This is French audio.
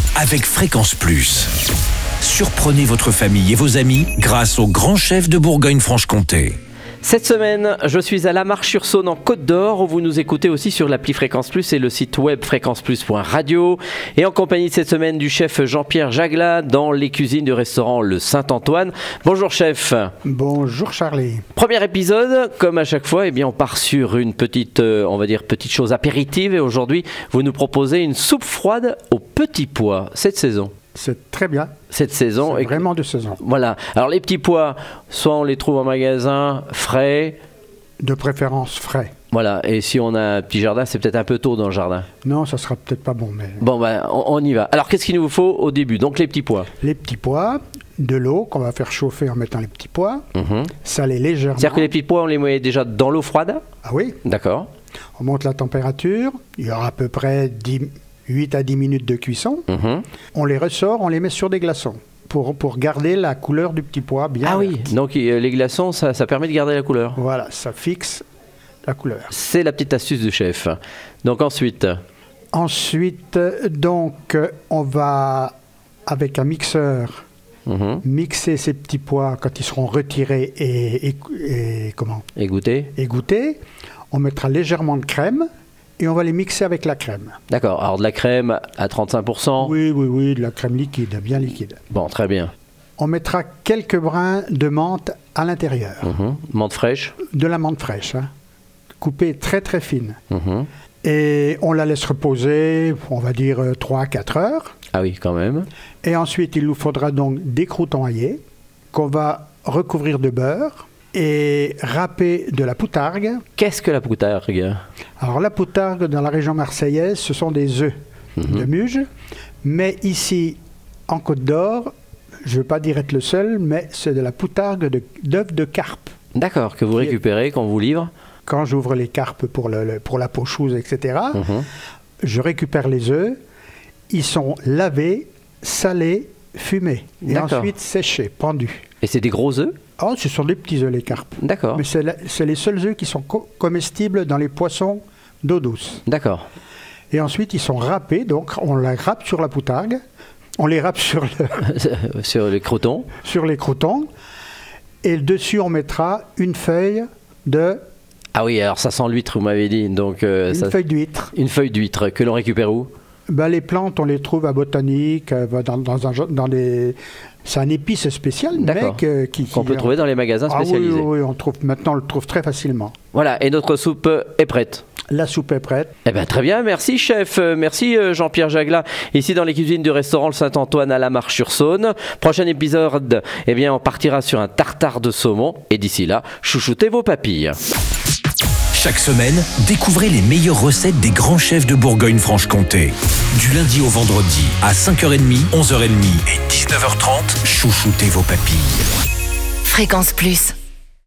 avec Fréquence Plus. Surprenez votre famille et vos amis grâce au grand chef de Bourgogne-Franche-Comté. Cette semaine, je suis à La Marche-sur-Saône en Côte d'Or, où vous nous écoutez aussi sur l'appli Fréquence Plus et le site web fréquenceplus.radio. Et en compagnie cette semaine du chef Jean-Pierre Jagla dans les cuisines du restaurant Le Saint-Antoine. Bonjour chef. Bonjour Charlie. Premier épisode, comme à chaque fois, on part sur une petite chose apéritive. Et aujourd'hui, vous nous proposez une soupe froide aux petits pois cette saison. C'est très bien. Cette saison. C'est vraiment de saison. Voilà. Alors les petits pois, soit on les trouve en magasin, frais. De préférence frais. Voilà. Et si on a un petit jardin, c'est peut-être un peu tôt dans le jardin. Non, ça sera peut-être pas bon. Mais... Bon, on y va. Alors qu'est-ce qu'il nous faut au début? Donc les petits pois. Les petits pois, de l'eau qu'on va faire chauffer en mettant les petits pois, saler légèrement. C'est-à-dire que les petits pois, on les met déjà dans l'eau froide? Ah oui. D'accord. On monte la température. Il y aura à peu près 8 à 10 minutes de cuisson. On les ressort, on les met sur des glaçons pour garder la couleur du petit pois bien. Ah verte. oui, donc les glaçons, ça permet de garder la couleur. Voilà, ça fixe la couleur. C'est la petite astuce du chef. Donc ensuite, donc, on va, avec un mixeur, mixer ces petits pois quand ils seront retirés et égoutter. On mettra légèrement de crème. Et on va les mixer avec la crème. D'accord. Alors de la crème à 35%. Oui, de la crème liquide, bien liquide. Bon, très bien. On mettra quelques brins de menthe à l'intérieur. Menthe fraîche. De la menthe fraîche, coupée très très fine. Et on la laisse reposer, on va dire 3 à 4 heures. Ah oui, quand même. Et ensuite, il nous faudra donc des croûtons aillés qu'on va recouvrir de beurre et râper de la poutargue. Qu'est-ce que la poutargue? Alors la poutargue dans la région marseillaise, ce sont des œufs de muge, mais ici en Côte d'Or, je ne veux pas dire être le seul, mais c'est de la poutargue d'œufs de carpe. D'accord, que vous récupérez quand on vous livre? Quand j'ouvre les carpes pour la peau chousse, etc., je récupère les œufs, ils sont lavés, salés, fumés, et ensuite séchés, pendus. Et c'est des gros œufs? Oh, ce sont des petits œufs, les carpes. D'accord. Mais c'est les seuls œufs qui sont comestibles dans les poissons d'eau douce. D'accord. Et ensuite, ils sont râpés, donc on les râpe sur la poutargue, on les râpe sur sur les croûtons. Sur les croûtons, et dessus, on mettra une feuille de... Ah oui, alors ça sent l'huître, vous m'avez dit. Donc, feuille d'huître. Une feuille d'huître, que l'on récupère où? Les plantes, on les trouve à Botanique, dans des... C'est un épice spécial, qu'on peut trouver dans les magasins spécialisés. Ah oui, maintenant on le trouve très facilement. Voilà, et notre soupe est prête. La soupe est prête. Eh bien, très bien, merci chef, merci Jean-Pierre Jagla, ici dans les cuisines du restaurant Le Saint-Antoine à La Marche-sur-Saône. Prochain épisode, on partira sur un tartare de saumon, et d'ici là, chouchoutez vos papilles. Chaque semaine, découvrez les meilleures recettes des grands chefs de Bourgogne-Franche-Comté. Du lundi au vendredi, à 5h30, 11h30 et 19h30, chouchoutez vos papilles. Fréquence Plus.